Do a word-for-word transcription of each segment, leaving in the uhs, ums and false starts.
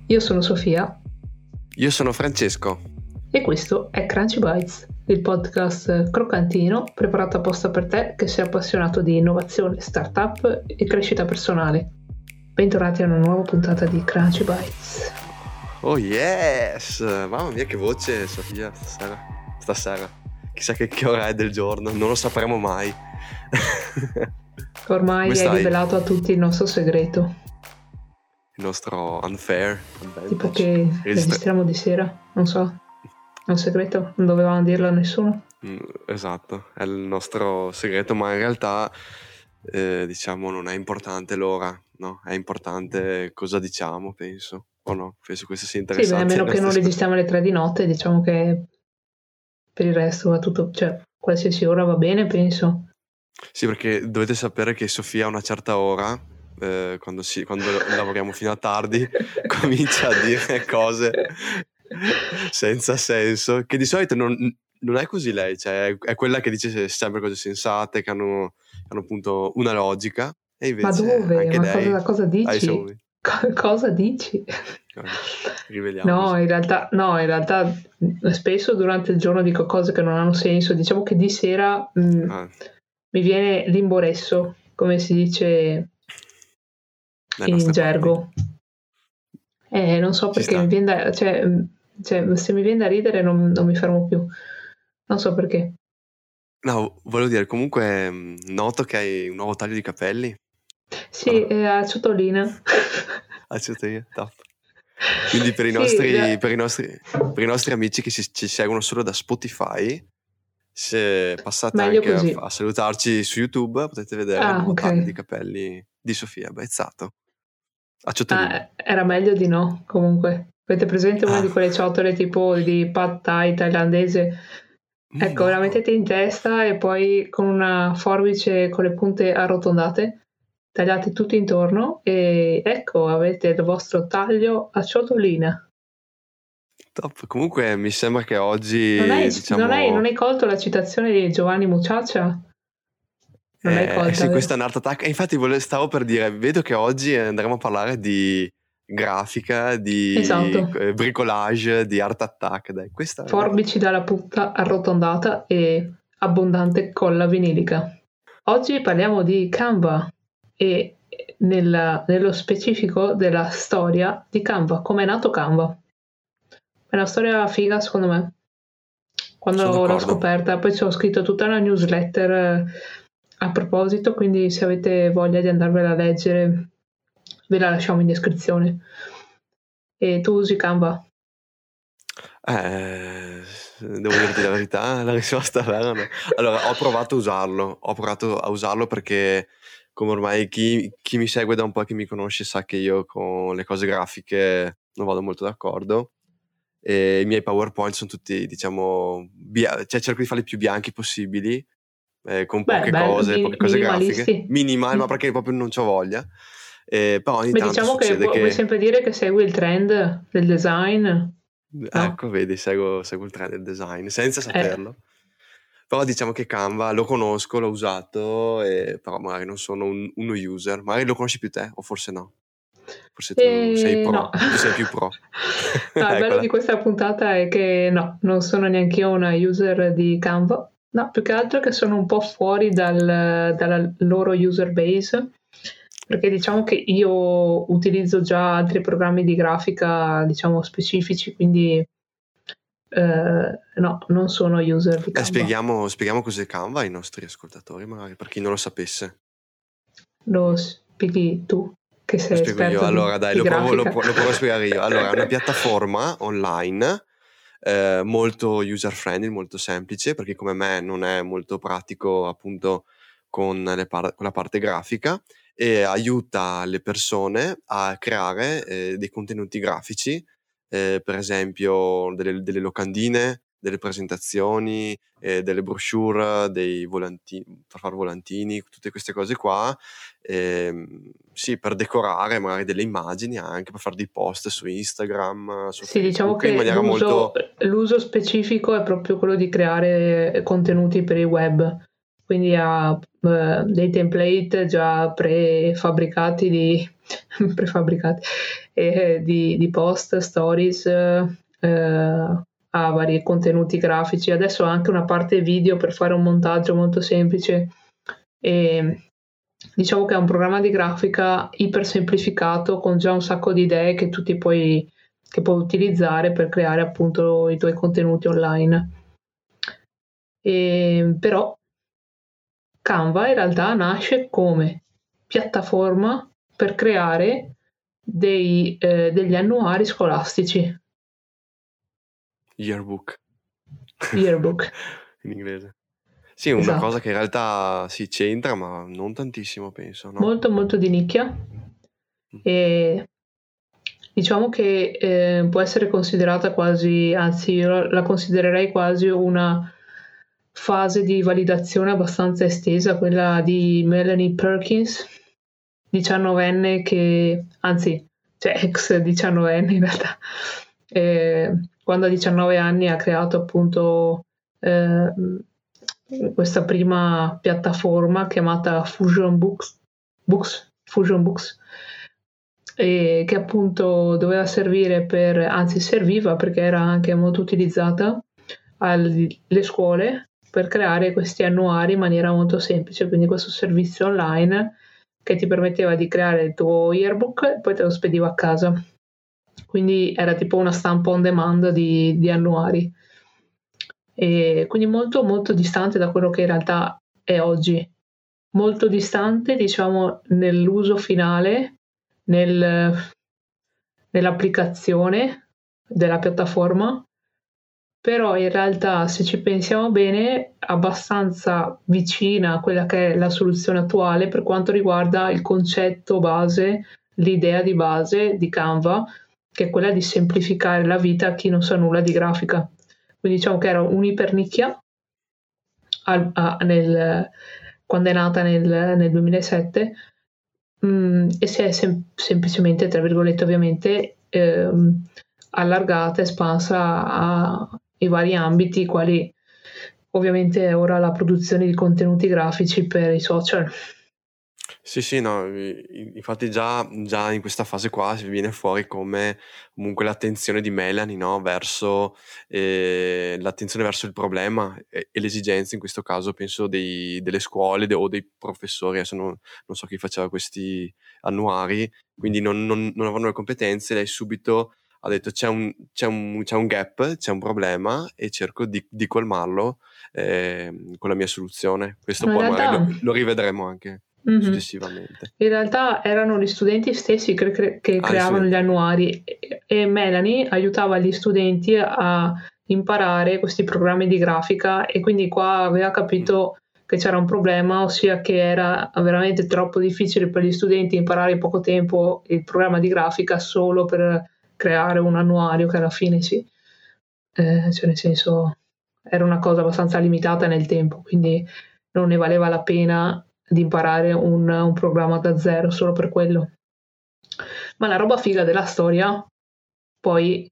Io sono Sofia. Io sono Francesco. E questo è Crunchy Bites, il podcast croccantino preparato apposta per te che sei appassionato di innovazione, startup e crescita personale. Bentornati a una nuova puntata di Crunchy Bites. Oh yes! Mamma mia che voce, Sofia, stasera. Stasera. Chissà che, che ora è del giorno, non lo sapremo mai. Ormai hai rivelato a tutti il nostro segreto. Il nostro unfair advantage. Tipo che Registra- registriamo di sera, non so. È un segreto, non dovevamo dirlo a nessuno. Mm, esatto, è il nostro segreto, ma in realtà eh, diciamo non è importante l'ora, no? È importante cosa diciamo, penso. O no? Penso questo sia Sì, beh, interessante. a meno che non nostre- registriamo alle tre di notte, diciamo che per il resto va tutto, cioè qualsiasi ora va bene, penso. Sì, perché dovete sapere che Sofia a una certa ora, eh, quando, si, quando lavoriamo fino a tardi, comincia a dire cose senza senso, che di solito non, non è così lei, cioè è quella che dice sempre cose sensate, che hanno, hanno appunto una logica, e invece Ma dove? anche Ma lei cosa, cosa ha i dici? suoi- Co- cosa dici? riveliamoci. No, in realtà, no, in realtà spesso durante il giorno dico cose che non hanno senso. Diciamo che di sera mh, Ah, mi viene l'imboresso, come si dice dalle in nostre gergo. Eh, non so Ci perché sta. mi viene da, cioè, mh, cioè, se mi viene da ridere non, non mi fermo più. Non so perché. No, volevo dire, comunque mh, noto che hai un nuovo taglio di capelli. Sì, Ora, è a ciotolina. accetto io, top. Quindi per i Sì, nostri, la- per i nostri, per i nostri amici che ci, ci seguono solo da Spotify, se passate meglio anche a, così. a salutarci su YouTube, potete vedere il Ah, nuovo ok. taglio di capelli di Sofia Bezzato a ciotolina. Ah, era meglio di no, comunque. Avete presente una Ah, di quelle ciotole tipo di pad thai thailandese? mm, Ecco, la buono. mettete in testa e poi con una forbice con le punte arrotondate tagliate tutto intorno e ecco, avete il vostro taglio a ciotolina. Top. Comunque mi sembra che oggi, Non hai, non hai- non diciamo, hai colto la citazione di Giovanni Mucciaccia? Non l'hai eh, eh colta, sì, vero? questo è un art attack. E infatti vole- stavo per dire, vedo che oggi andremo a parlare di grafica, di Esatto. eh, bricolage, di art attack. Dai, questa è una cosa. Forbici dalla punta arrotondata e abbondante colla vinilica. Oggi parliamo di Canva e nella- nello specifico della storia di Canva, come è nato Canva. È una storia figa secondo me. Quando Sono l'ho d'accordo. scoperta, poi ci ho scritto tutta una newsletter eh, a proposito, quindi se avete voglia di andarvela a leggere ve la lasciamo in descrizione. E tu usi Canva? Eh, devo dirti la verità, la risposta è vera, no? Allora, ho provato a usarlo, ho provato a usarlo perché, come ormai chi, chi mi segue da un po' e chi mi conosce sa che io con le cose grafiche non vado molto d'accordo e i miei PowerPoint sono tutti, diciamo, bia- cioè cerco di farli più bianchi possibili, eh, con Beh, poche bello, cose, mi- poche cose grafiche, minimalisti. minimali, ma perché proprio non c'ho voglia. Eh, però ogni Beh, tanto diciamo che succede pu- puoi che... sempre dire che segui il trend del design, no? Ecco, vedi, seguo, seguo il trend del design senza Eh, saperlo. Però diciamo che Canva lo conosco, l'ho usato, e, però magari non sono un- uno user. Magari lo conosci più te, o forse no. Forse tu sei e no. pro, tu sei più pro. No, il bello Eccola. di questa puntata è che no, non sono neanche io una user di Canva. No, più che altro che sono un po' fuori dal- dalla loro user base, perché diciamo che io utilizzo già altri programmi di grafica, diciamo, specifici, quindi eh, no, non sono user di Eh, Canva. spieghiamo, spieghiamo cos'è Canva ai nostri ascoltatori, magari, per chi non lo sapesse. Lo spieghi tu, che Lo sei spiego io. esperto di, Allora, dai, di lo provo, lo, grafica. pro- lo provo a spiegare io. Allora, è una piattaforma online eh, molto user friendly, molto semplice, perché come me non è molto pratico appunto con, le par- con la parte grafica, e aiuta le persone a creare eh, dei contenuti grafici, eh, per esempio delle, delle locandine, delle presentazioni, eh, delle brochure, dei volantini, per fare volantini, tutte queste cose qua. Ehm, sì, per decorare magari delle immagini, anche per fare dei post su Instagram, su Sì, diciamo Facebook, in che maniera l'uso, molto... l'uso specifico è proprio quello di creare contenuti per il web, quindi ha eh, dei template già prefabbricati di prefabbricati, e di, di post, stories, eh, a vari contenuti grafici. Adesso ha anche una parte video per fare un montaggio molto semplice, e diciamo che è un programma di grafica iper semplificato con già un sacco di idee che tu ti puoi, che puoi utilizzare per creare appunto i tuoi contenuti online. E, però Canva in realtà nasce come piattaforma per creare dei, eh, degli annuari scolastici. Yearbook. Yearbook. In inglese. Sì, una Esatto. cosa che in realtà si sì, c'entra, ma non tantissimo, penso. No? Molto molto di nicchia. E diciamo che eh, può essere considerata quasi, anzi io la considererei quasi una fase di validazione abbastanza estesa, quella di Melanie Perkins, diciannovenne che, anzi, cioè ex diciannovenne in realtà, eh, quando a diciannove anni ha creato appunto eh, questa prima piattaforma chiamata Fusion Books, Books, Fusion Books, e che appunto doveva servire per, anzi serviva perché era anche molto utilizzata alle scuole per creare questi annuari in maniera molto semplice, quindi questo servizio online che ti permetteva di creare il tuo yearbook e poi te lo spediva a casa. Quindi era tipo una stampa on demand di, di annuari. E quindi molto molto distante da quello che in realtà è oggi. Molto distante, diciamo, nell'uso finale, nel, nell'applicazione della piattaforma, però in realtà se ci pensiamo bene abbastanza vicina a quella che è la soluzione attuale per quanto riguarda il concetto base, l'idea di base di Canva, che è quella di semplificare la vita a chi non sa nulla di grafica. Quindi diciamo che era un'ipernicchia al, a, nel, quando è nata nel, nel duemilasette, mh, e si è sem- semplicemente, tra virgolette ovviamente, ehm, allargata, espansa ai vari ambiti, quali ovviamente ora la produzione di contenuti grafici per i social. Sì, sì, no, infatti già, già in questa fase qua si viene fuori come comunque l'attenzione di Melanie, no, verso eh, l'attenzione verso il problema e, e l'esigenza, in questo caso penso dei, delle scuole de, o dei professori, adesso non, non so chi faceva questi annuari, quindi non, non, non avevano le competenze, lei subito ha detto c'è un, c'è un, c'è un gap, c'è un problema e cerco di, di colmarlo eh, con la mia soluzione. Questo No, poi in magari realtà, lo, lo rivedremo anche mm-hmm. successivamente. In realtà erano gli studenti stessi che, cre- che Ah, creavano gli gli annuari e, e Melanie aiutava gli studenti a imparare questi programmi di grafica, e quindi qua aveva capito mm. che c'era un problema, ossia che era veramente troppo difficile per gli studenti imparare in poco tempo il programma di grafica solo per creare un annuario che alla fine sì, eh, cioè nel senso era una cosa abbastanza limitata nel tempo, quindi non ne valeva la pena di imparare un, un programma da zero solo per quello. Ma la roba figa della storia poi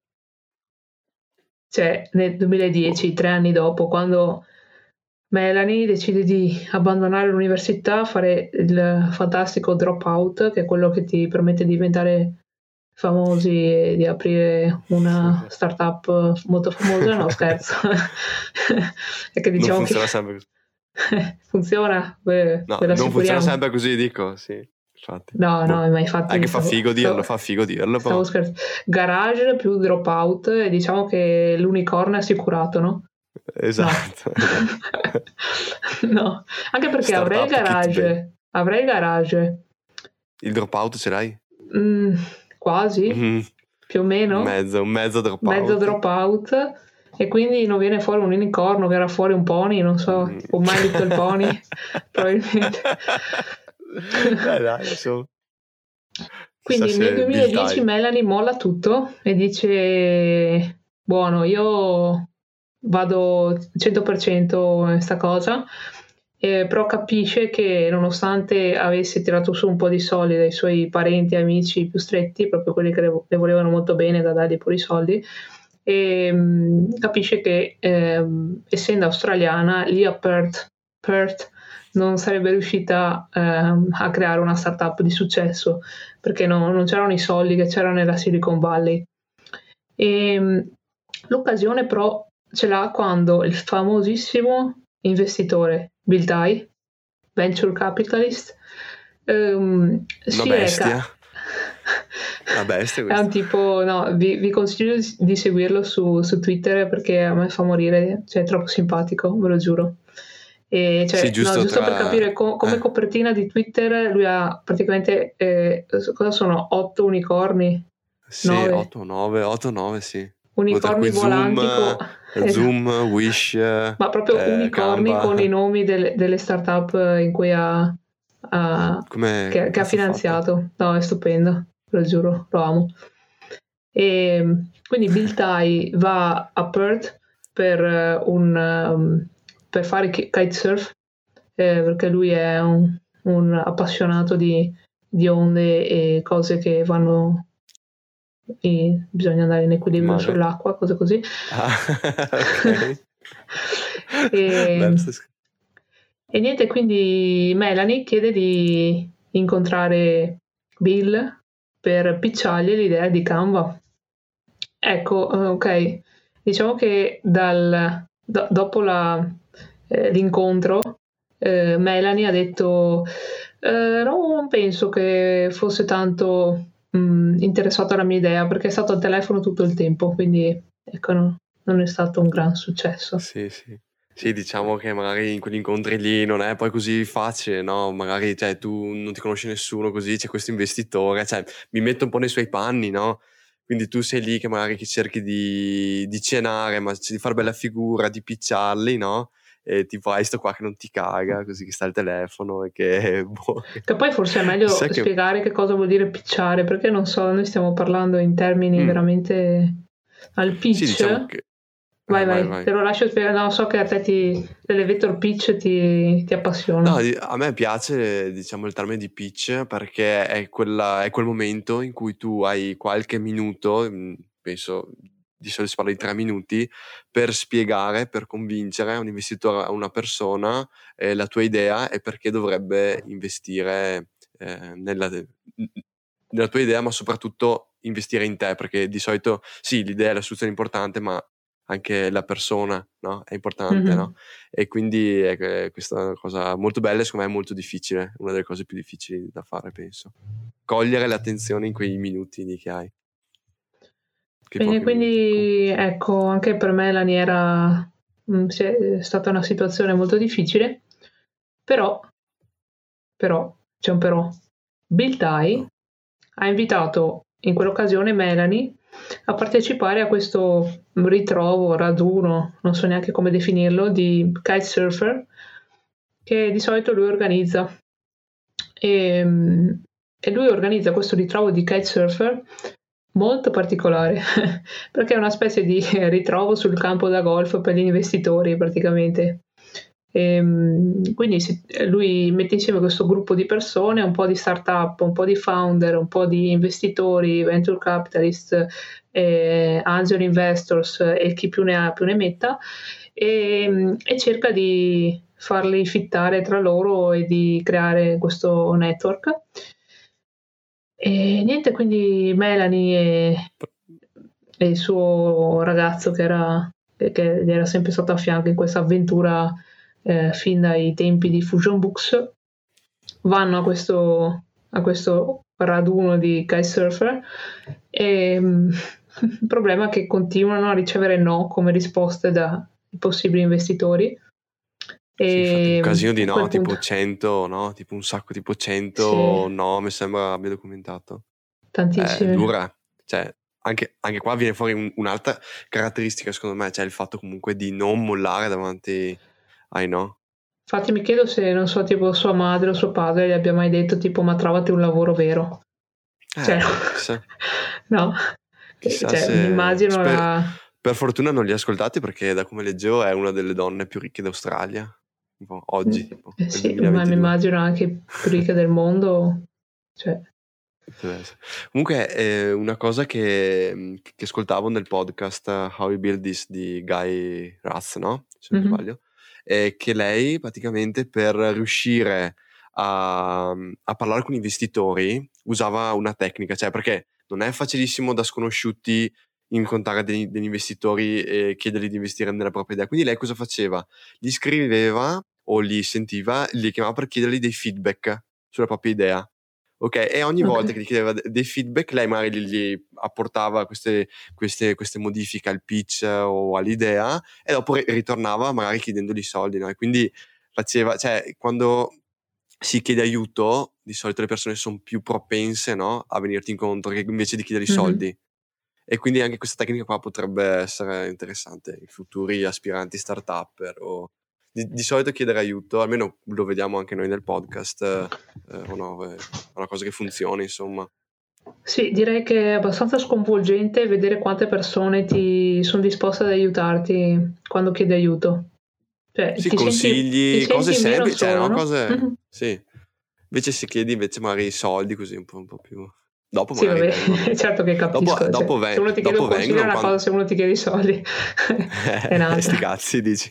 c'è nel duemiladieci, tre anni dopo, quando Melanie decide di abbandonare l'università, fare il fantastico dropout, che è quello che ti permette di diventare famosi e di aprire una startup molto famosa. No, scherzo. È che diciamo non funziona che sempre così. funziona, beh, no, ve non funziona sempre così, dico, sì, infatti. No, boh. no, ma infatti è che fa stavo, figo dirlo, stavo, fa figo dirlo. Stavo scherzando. Garage più dropout, e diciamo che l'unicorno è assicurato, no? Esatto. No, esatto. no. Anche perché Startup avrei il garage, avrei il garage. Il dropout ce l'hai? Mm, quasi, mm-hmm. Più o meno. Mezzo, un mezzo dropout. Mezzo dropout. E quindi non viene fuori un unicorno, verrà fuori un pony, non so, mm. o My Little Pony, probabilmente. Dai, dai, insomma. Quindi nel duemiladieci Melanie molla tutto e dice buono, io vado cento per cento in sta cosa, eh, però capisce che nonostante avesse tirato su un po' di soldi dai suoi parenti e amici più stretti, proprio quelli che le, le volevano molto bene da dargli pure i soldi, e mh, capisce che eh, essendo australiana lì a Perth, Perth non sarebbe riuscita eh, a creare una startup di successo, perché no, non c'erano i soldi che c'erano nella Silicon Valley. E l'occasione però ce l'ha quando il famosissimo investitore Bill Tai, venture capitalist, ehm, si bestia. reca. Una bestia È questo. un tipo, no, vi, vi consiglio di, di seguirlo su, su Twitter perché a me fa morire, cioè è troppo simpatico, ve lo giuro. E cioè, Sì, giusto no, giusto tra- per capire co- come eh. copertina di Twitter lui ha praticamente, eh, cosa sono, otto unicorni? Sì, nove otto nove, otto nove, sì. unicorni Tra cui Zoom, volanti co- eh, Zoom, Wish, ma proprio eh, unicorni con i Canva. nomi delle, delle startup in cui ha, ha- Come, che, come che ha cazzo ha fatto? finanziato. No, è stupendo, ve lo giuro, lo amo. E quindi Bill Tai va a Perth per, eh, un, um, per fare ki- kitesurf, eh, perché lui è un, un appassionato di, di onde e cose che vanno, e bisogna andare in In equilibrio mare? sull'acqua, cose così. Ah, ok. E, Bello, sta sc- e niente, quindi Melanie chiede di incontrare Bill per picciargli l'idea di Canva. Ecco, eh, ok, diciamo che dal, do- dopo la- eh, l'incontro, eh, Melanie ha detto, "Eh, non penso che fosse tanto mh, interessato alla mia idea perché è stato al telefono tutto il tempo, quindi ecco, no, non è stato un gran successo." Sì, sì. Sì, diciamo che magari in quegli incontri lì non è poi così facile, no? Magari, cioè, tu non ti conosci nessuno, così c'è questo investitore, cioè, mi metto un po' nei suoi panni, no? Quindi tu sei lì che magari che cerchi di, di cenare, ma di fare bella figura, di picciarli, no? E tipo, hai sto qua che non ti caga, così che sta al telefono e che... boh, che- Che poi forse è meglio chissà che... spiegare che cosa vuol dire pitchare, perché non so, noi stiamo parlando in termini Mm, veramente al sì, diciamo pitch. che... Vai, Ah, vai, vai, te vai. lo lascio spiegare. No, so che a te ti, l'elevator pitch ti, ti No, appassiona. di- a me piace, diciamo, il termine di pitch perché è, quella- è quel momento in cui tu hai qualche minuto, mh, penso di solito si parla di tre minuti, per spiegare, per convincere un investitore, a una persona, eh, la tua idea e perché dovrebbe investire eh, nella, nella tua idea, ma soprattutto investire in te, perché di solito sì, l'idea è la soluzione importante, ma anche la persona, no? È importante, no? Mhm. E quindi è, è questa una cosa molto bella e secondo me è molto difficile, una delle cose più difficili da fare, penso. Cogliere l'attenzione in quei minuti lì che hai, quei Bene, pochi minuti. Com- quindi ecco, anche per me la Niera mh, sì, è stata una situazione molto difficile, però, però, c'è un però. Bill Tai no. ha invitato in quell'occasione Melanie a partecipare a questo ritrovo, raduno, non so neanche come definirlo, di kitesurfer che di solito lui organizza. E, e lui organizza questo ritrovo di kitesurfer molto particolare perché è una specie di ritrovo sul campo da golf per gli investitori praticamente. E, quindi si, lui mette insieme questo gruppo di persone, un po' di startup, un po' di founder, un po' di investitori, venture capitalist, eh, angel investors e chi più ne ha più ne metta e, e cerca di farli fittare tra loro e di creare questo network. E niente, quindi Melanie e, e il suo ragazzo che, era, che, che gli era sempre stato a fianco in questa avventura eh, fin dai tempi di Fusion Books vanno a questo, a questo raduno di kitesurfer e mm, il problema è che continuano a ricevere no come risposte dai possibili investitori Sì, infatti un e casino di a quel no, tipo punto cento, no? Tipo un sacco, tipo sì, cento no, mi sembra abbia documentato. È tantissime. dura, cioè anche, anche qua viene fuori un- un'altra caratteristica secondo me, cioè il fatto comunque di non mollare davanti ai no. Infatti mi chiedo se, non so, tipo sua madre o suo padre gli abbia mai detto tipo ma trovati un lavoro vero. Cioè, Eh, chissà, no, che- chissà cioè, mi se... immagino sper- la... Per fortuna non li ho ascoltati perché da come leggevo è una delle donne più ricche d'Australia, tipo, oggi, tipo, eh nel sì, ma mi duemilaventidue. immagino anche più ricche del mondo, cioè, Deve essere. Comunque, eh, una cosa che, che ascoltavo nel podcast uh, How We Build This di Guy Raz, no? Se non mhm. sbaglio, eh, che lei praticamente per riuscire a, a parlare con investitori usava una tecnica, cioè perché non è facilissimo da sconosciuti incontrare degli, degli investitori e chiedergli di investire nella propria idea. Quindi lei cosa faceva? Li scriveva o li sentiva, li chiamava per chiedergli dei feedback sulla propria idea. Ok, e ogni Ok. volta che gli chiedeva dei feedback, lei magari gli, gli apportava queste, queste, queste modifiche al pitch o all'idea e dopo ri- ritornava magari chiedendogli soldi, no? E quindi faceva, cioè, quando si chiede aiuto, di solito le persone sono più propense, no, a venirti incontro che invece di chiedergli Mhm. soldi. E quindi anche questa tecnica qua potrebbe essere interessante ai futuri aspiranti startupper o di, di solito chiedere aiuto, almeno lo vediamo anche noi nel podcast, eh, o no, è una cosa che funziona, insomma. Sì, direi che è abbastanza sconvolgente vedere quante persone ti sono disposte ad aiutarti quando chiedi aiuto. Cioè, Sì, ti senti, ti consigli, cose senti meno semplici, cioè, solo, no, no? cose, Mhm. sì. Invece se chiedi invece magari i soldi così un po', un po' più... Dopo Sì, magari vabbè, vengono. certo che Dopo, capisco. Cioè, dopo, se ve- uno ti chiede un dopo consiglio è vengono una cosa, quando... se uno ti chiede i soldi è Eh, sti un'altra. cazzi, dici.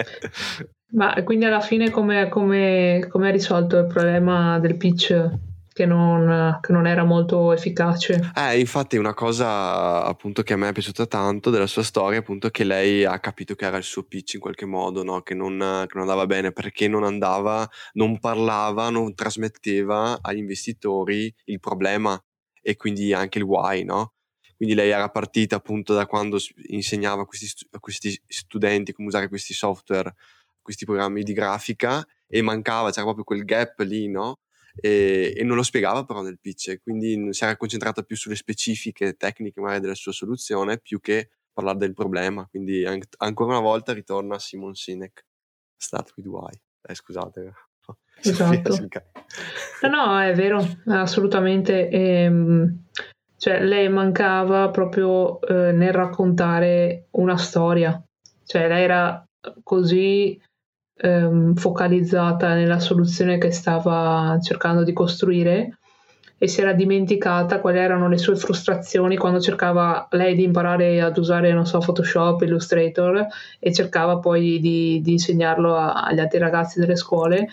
Ma quindi alla fine come, come, come hai risolto il problema del pitch che non, che non era molto efficace? Eh, infatti una cosa appunto che a me è piaciuta tanto della sua storia, appunto, che lei ha capito che era il suo pitch in qualche modo, no? Che non, che non andava bene perché non andava, non parlava, non trasmetteva agli investitori il problema e quindi anche il why, no? Quindi lei era partita appunto da quando s- insegnava a questi, stu- a questi studenti come usare questi software, questi programmi di grafica e mancava, c'era proprio quel gap lì, no? E, e non lo spiegava però nel pitch, quindi si era concentrata più sulle specifiche tecniche magari della sua soluzione più che parlare del problema, quindi an- ancora una volta ritorna Simon Sinek, Start with Why. Eh, scusate, Sofia si Esatto. inca- No, no, è vero, assolutamente. Ehm, cioè, lei mancava proprio eh, nel raccontare una storia. Cioè, lei era così ehm, focalizzata nella soluzione che stava cercando di costruire e si era dimenticata quali erano le sue frustrazioni quando cercava lei di imparare ad usare, non so, Photoshop, Illustrator e cercava poi di, di insegnarlo a- agli altri ragazzi delle scuole.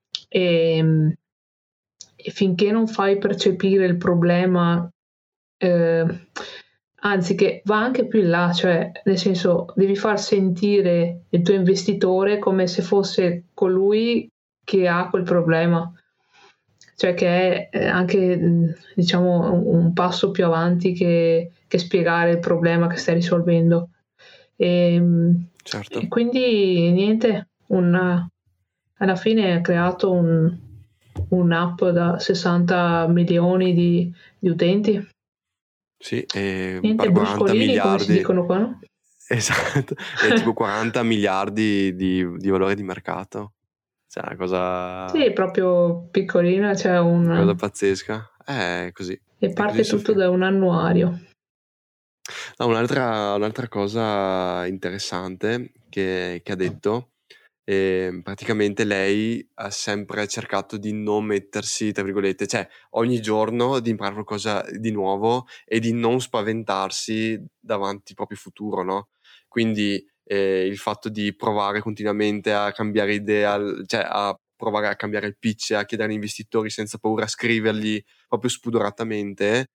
E, e finché non fai percepire il problema, eh, anzi che va anche più in là, cioè nel senso devi far sentire il tuo investitore come se fosse colui che ha quel problema, cioè che è eh, anche mh, diciamo un, un passo più avanti che, che spiegare il problema che stai risolvendo. E, mh, e certo. quindi niente, una, alla fine ha creato un, un'app da sessanta milioni di, di utenti. Sì, e Niente, per quaranta bruscolini come si miliardi, dicono qua, no? esatto, e tipo quaranta miliardi di, di valore di mercato, cioè una cosa, Sì, proprio piccolina, c'è una cosa un... pazzesca, è così, e è così parte tutto Sofia. da un annuario. No, un'altra, un'altra cosa interessante che, che ha detto, eh, praticamente lei ha sempre cercato di non mettersi, tra virgolette, cioè ogni giorno di imparare qualcosa di nuovo e di non spaventarsi davanti al proprio futuro, no? Quindi eh, il fatto di provare continuamente a cambiare idea, cioè a provare a cambiare il pitch, a chiedere agli investitori senza paura, a scrivergli proprio spudoratamente,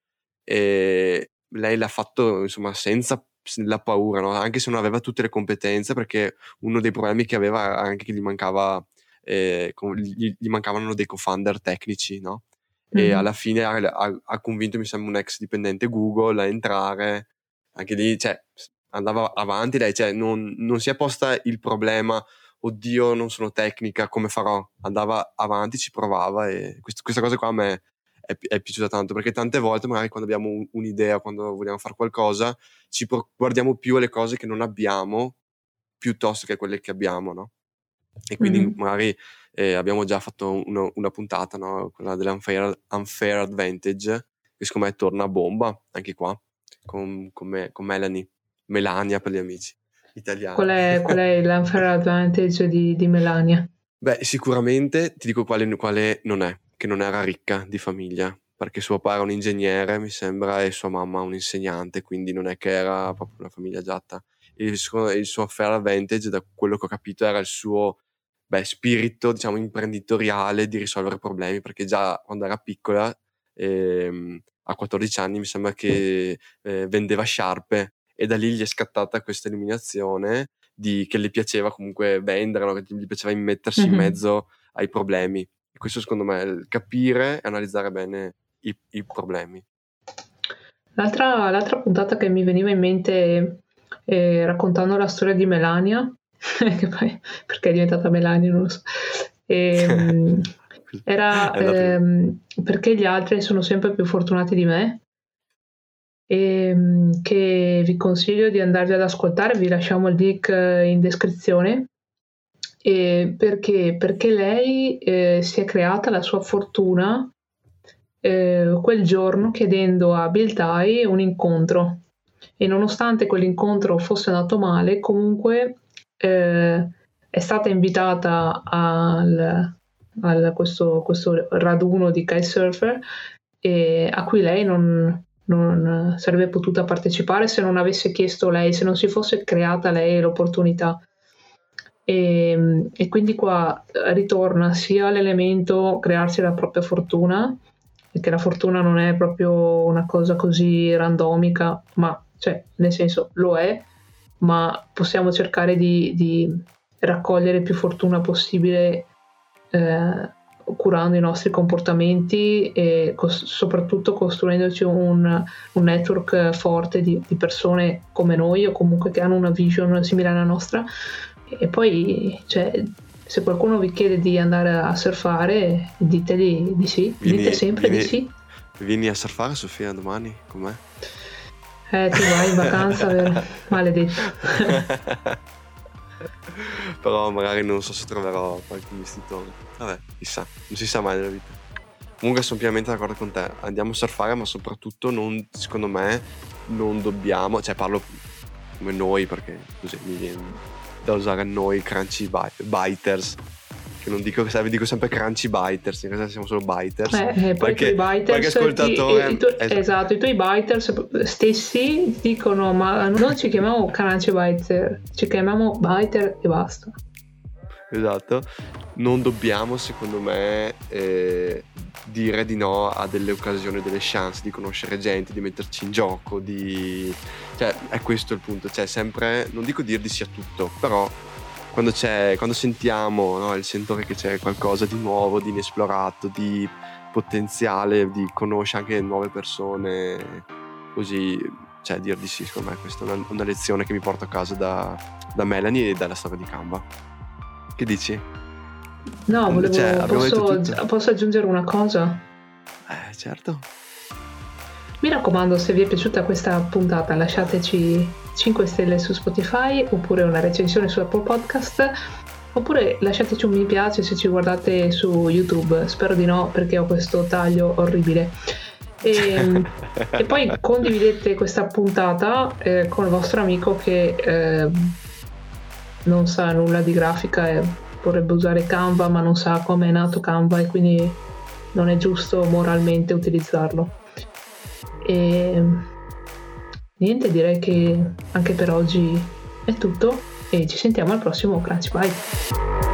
e lei l'ha fatto insomma senza la paura, no? Anche se non aveva tutte le competenze, perché uno dei problemi che aveva era anche che gli mancava eh, com- gli, gli mancavano dei co-founder tecnici, no? E Mhm. alla fine ha, ha- ha convinto, mi sembra, un ex dipendente Google a entrare, anche lì, cioè, andava avanti lei, cioè, non, non si è posta il problema, oddio, non sono tecnica, come farò? Andava avanti, ci provava e quest- questa cosa qua a me è, pi- è piaciuta tanto, perché tante volte magari quando abbiamo un- un'idea, quando vogliamo fare qualcosa, ci pro- guardiamo più alle cose che non abbiamo piuttosto che quelle che abbiamo, no? E quindi Mhm. magari eh, abbiamo già fatto uno- una puntata, no? Quella dell'unfair unfair advantage, che secondo me torna a bomba anche qua, con, con me- con Melanie, Melania per gli amici Qual italiani. è, qual è l'unfair advantage di, di Melania? Beh, sicuramente ti dico quale, quale non è, che non era ricca di famiglia, perché suo padre è un ingegnere, mi sembra, e sua mamma un insegnante, quindi non è che era proprio una famiglia agiata. il suo, il suo fair advantage, da quello che ho capito, era il suo beh, spirito, diciamo, imprenditoriale di risolvere problemi, perché già quando era piccola, ehm, a quattordici anni mi sembra che eh, vendeva sciarpe, e da lì gli è scattata questa illuminazione di che le piaceva comunque vendere, no? Che gli piaceva immettersi mm-hmm. in mezzo ai problemi. E questo secondo me è il capire e analizzare bene i, i problemi. L'altra, l'altra puntata che mi veniva in mente eh, raccontando la storia di Melania, che poi, perché è diventata Melania non lo so, e, era ehm, perché gli altri sono sempre più fortunati di me, e che vi consiglio di andarvi ad ascoltare, vi lasciamo il link in descrizione. E perché? Perché lei eh, si è creata la sua fortuna eh, quel giorno chiedendo a Bill Tai un incontro, e nonostante quell'incontro fosse andato male, comunque eh, è stata invitata al, al questo, questo raduno di kitesurfer, e a cui lei non, non sarebbe potuta partecipare se non avesse chiesto lei, se non si fosse creata lei l'opportunità. E, e quindi qua ritorna sia l'elemento crearsi la propria fortuna, perché la fortuna non è proprio una cosa così randomica, ma cioè nel senso lo è, ma possiamo cercare di, di raccogliere più fortuna possibile eh, curando i nostri comportamenti e cos- soprattutto costruendoci un, un network forte di, di persone come noi, o comunque che hanno una vision simile alla nostra. E poi cioè, se qualcuno vi chiede di andare a surfare, dite di, di sì, vieni, dite sempre vieni, di sì. Vieni a surfare, Sofia, domani con me? Eh, ti vai in vacanza, vero? Maledetto. Però magari non so se troverò qualche investitore. Vabbè, chissà, non si sa mai nella vita. Comunque sono pienamente d'accordo con te, andiamo a surfare, ma soprattutto non, secondo me non dobbiamo, cioè parlo come noi, perché così mi viene da usare noi crunchy biters, che non dico che dico sempre crunchy biters, in realtà siamo solo biters, eh, eh, poi perché, i tuoi biters qualche ascoltatore ti, i, tu, esatto. esatto, i tuoi biters stessi dicono ma non ci chiamiamo crunchy biter, ci chiamiamo biter e basta. Esatto, non dobbiamo secondo me eh, dire di no a delle occasioni, delle chance di conoscere gente, di metterci in gioco, di... cioè è questo il punto, cioè sempre, non dico dir di sì a tutto, però quando c'è, quando sentiamo, no, il sentore che c'è qualcosa di nuovo, di inesplorato, di potenziale, di conoscere anche nuove persone, così, cioè dir di sì, secondo me questa è una, una lezione che mi porto a casa da, da Melanie e dalla storia di Canva. Che dici? No, volevo, cioè, posso, posso aggiungere una cosa? Eh, certo. Mi raccomando, se vi è piaciuta questa puntata, lasciateci cinque stelle su Spotify, oppure una recensione su Apple Podcast, oppure lasciateci un mi piace se ci guardate su YouTube. Spero di no, perché ho questo taglio orribile. E, e poi condividete questa puntata eh, con il vostro amico che eh, non sa nulla di grafica e vorrebbe usare Canva, ma non sa come è nato Canva, e quindi non è giusto moralmente utilizzarlo. E niente, direi che anche per oggi è tutto, e ci sentiamo al prossimo Crunchy Bite.